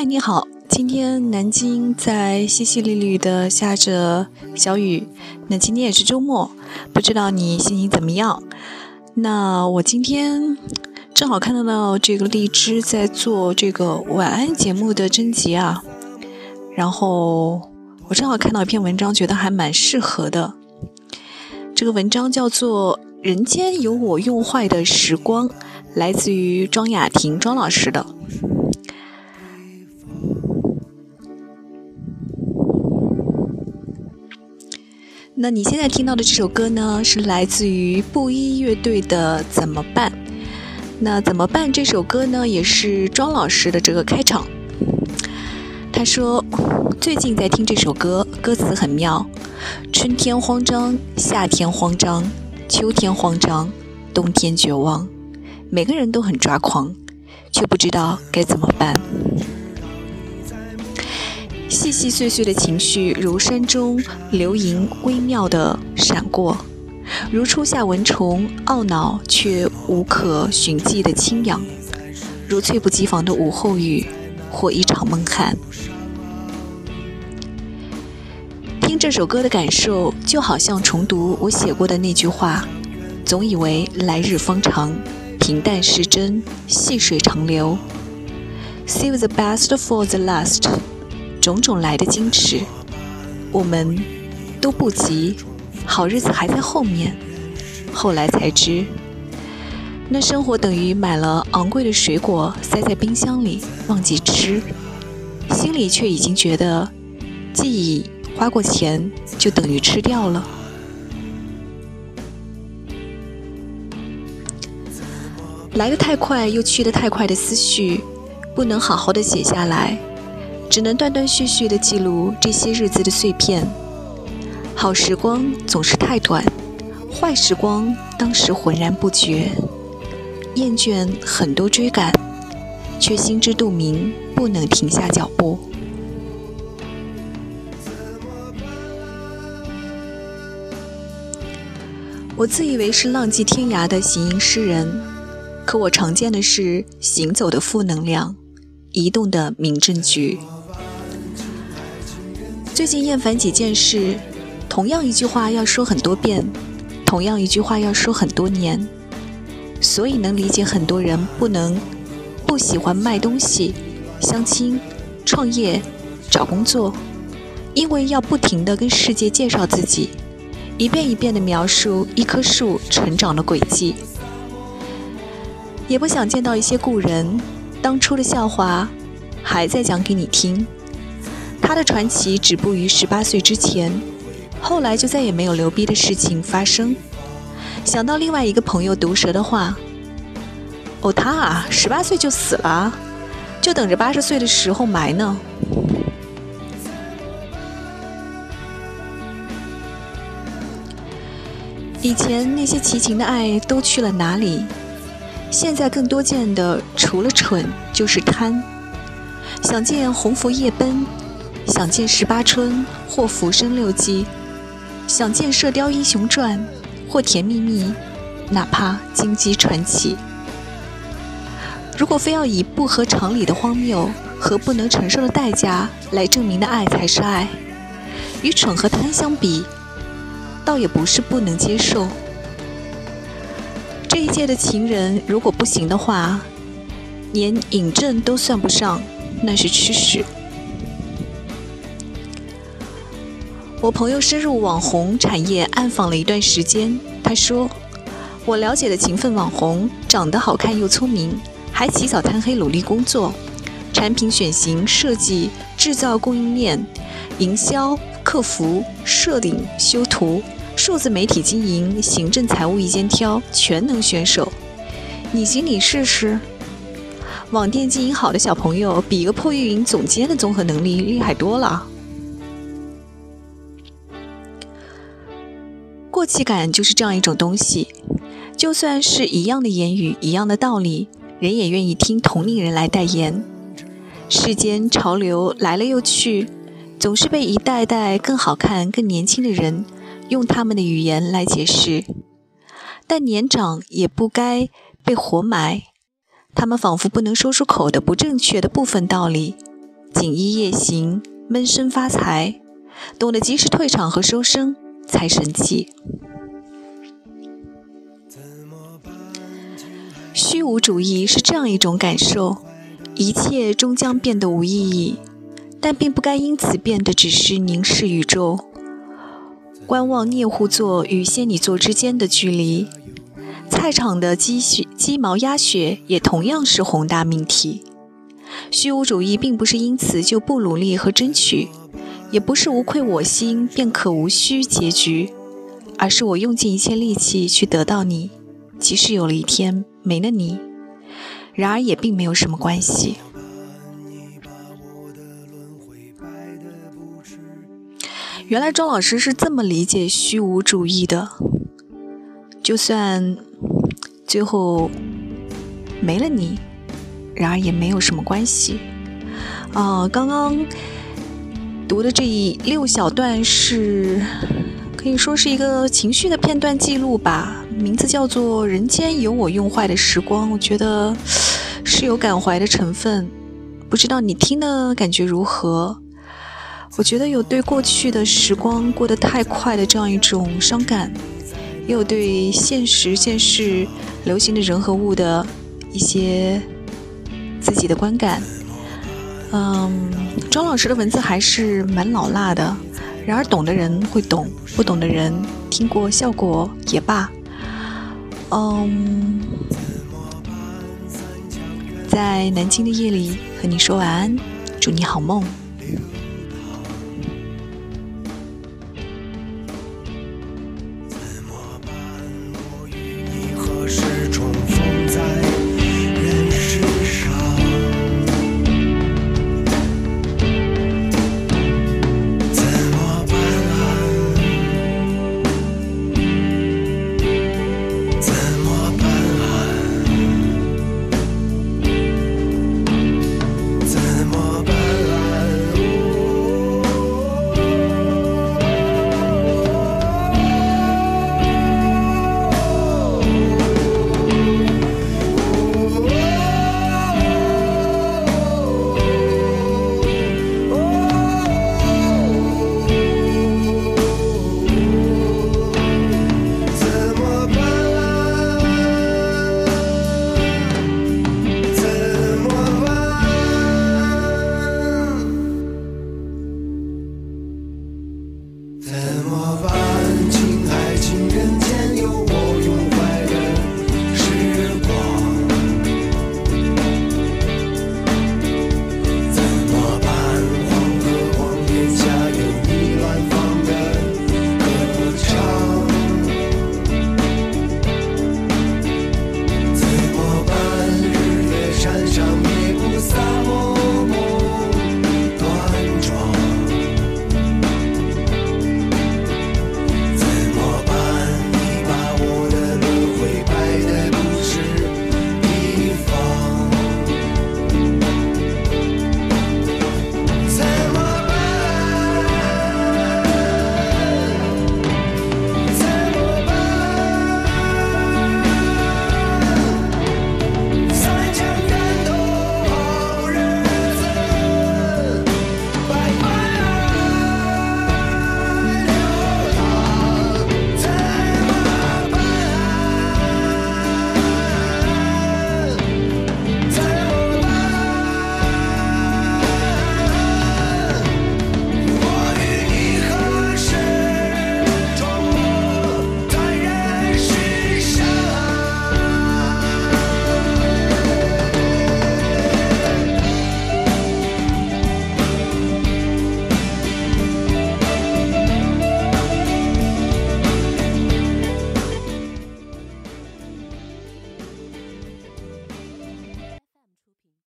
你好，今天南京在淅淅沥沥的下着小雨，那今天也是周末，不知道你心情怎么样？那我今天正好看到这个荔枝在做这个晚安节目的征集啊，然后我正好看到一篇文章，觉得还蛮适合的。这个文章叫做《人间有我用坏的时光》，来自于庄雅婷庄老师的。那你现在听到的这首歌呢，是来自于布衣乐队的《怎么办》。那《怎么办》这首歌呢，也是庄老师的这个开场。他说，最近在听这首歌，歌词很妙，春天慌张，夏天慌张，秋天慌张，冬天绝望，每个人都很抓狂，却不知道该怎么办。细细碎碎的情绪如山中流萤微妙地闪过，如初夏蚊虫懊恼却无可寻迹的清扬，如猝不及防的午后雨或一场闷汗。听这首歌的感受就好像重读我写过的那句话，总以为来日方长，平淡是真，细水长流， Save the best for the last，种种来的矜持，我们都不急，好日子还在后面。后来才知，那生活等于买了昂贵的水果塞在冰箱里忘记吃，心里却已经觉得既已花过钱就等于吃掉了。来得太快又去得太快的思绪不能好好的写下来，只能断断续续地记录这些日子的碎片。好时光总是太短，坏时光当时浑然不觉，厌倦很多追赶，却心知肚明不能停下脚步。我自以为是浪迹天涯的行吟诗人，可我常见的是行走的负能量，移动的民政局。最近厌烦几件事，同样一句话要说很多遍，同样一句话要说很多年，所以能理解很多人不喜欢卖东西、相亲、创业、找工作，因为要不停地跟世界介绍自己，一遍一遍地描述一棵树成长的轨迹。也不想见到一些故人，当初的笑话还在讲给你听，他的传奇止步于18岁之前，后来就再也没有牛逼的事情发生。想到另外一个朋友毒舌的话，他啊18岁就死了，就等着80岁的时候埋呢。以前那些齐秦的爱都去了哪里？现在更多见的除了蠢就是贪。想见鸿福夜奔，想见18春或浮生六记，想见射雕英雄传或甜蜜蜜，哪怕金鸡传奇。如果非要以不合常理的荒谬和不能承受的代价来证明的爱才是爱，与蠢和贪相比，倒也不是不能接受。这一届的情人如果不行的话，连尹正都算不上，那是吃屎。我朋友深入网红产业暗访了一段时间，他说，我了解的勤奋网红长得好看又聪明，还起早贪黑努力工作，产品选型、设计、制造、供应链、营销、客服、摄影、修图、数字媒体经营、行政财务一肩挑，全能选手。你行你试试。网店经营好的小朋友比一个破运营总监的综合能力厉害多了。过气感就是这样一种东西，就算是一样的言语，一样的道理，人也愿意听同龄人来代言。世间潮流来了又去，总是被一代代更好看、更年轻的人用他们的语言来解释，但年长也不该被活埋。他们仿佛不能说出口的不正确的部分道理， 锦衣夜行，闷声发财，懂得及时退场和收声才神气。虚无主义是这样一种感受，一切终将变得无意义，但并不该因此变得只是凝视宇宙，观望猎户座与仙女座之间的距离。菜场的鸡毛鸭血也同样是宏大命题。虚无主义并不是因此就不努力和争取，也不是无愧我心便可无需结局，而是我用尽一切力气去得到你，即使有了一天没了你，然而也并没有什么关系。原来庄老师是这么理解虚无主义的，就算最后没了你，然而也没有什么关系。刚刚读的这6小段是可以说是一个情绪的片段记录吧，名字叫做《人间有我用坏的时光》，我觉得是有感怀的成分，不知道你听的感觉如何？我觉得有对过去的时光过得太快的这样一种伤感，也有对现世流行的人和物的一些自己的观感。庄老师的文字还是蛮老辣的，然而懂的人会懂，不懂的人听过效果也罢。在南京的夜里和你说晚安，祝你好梦。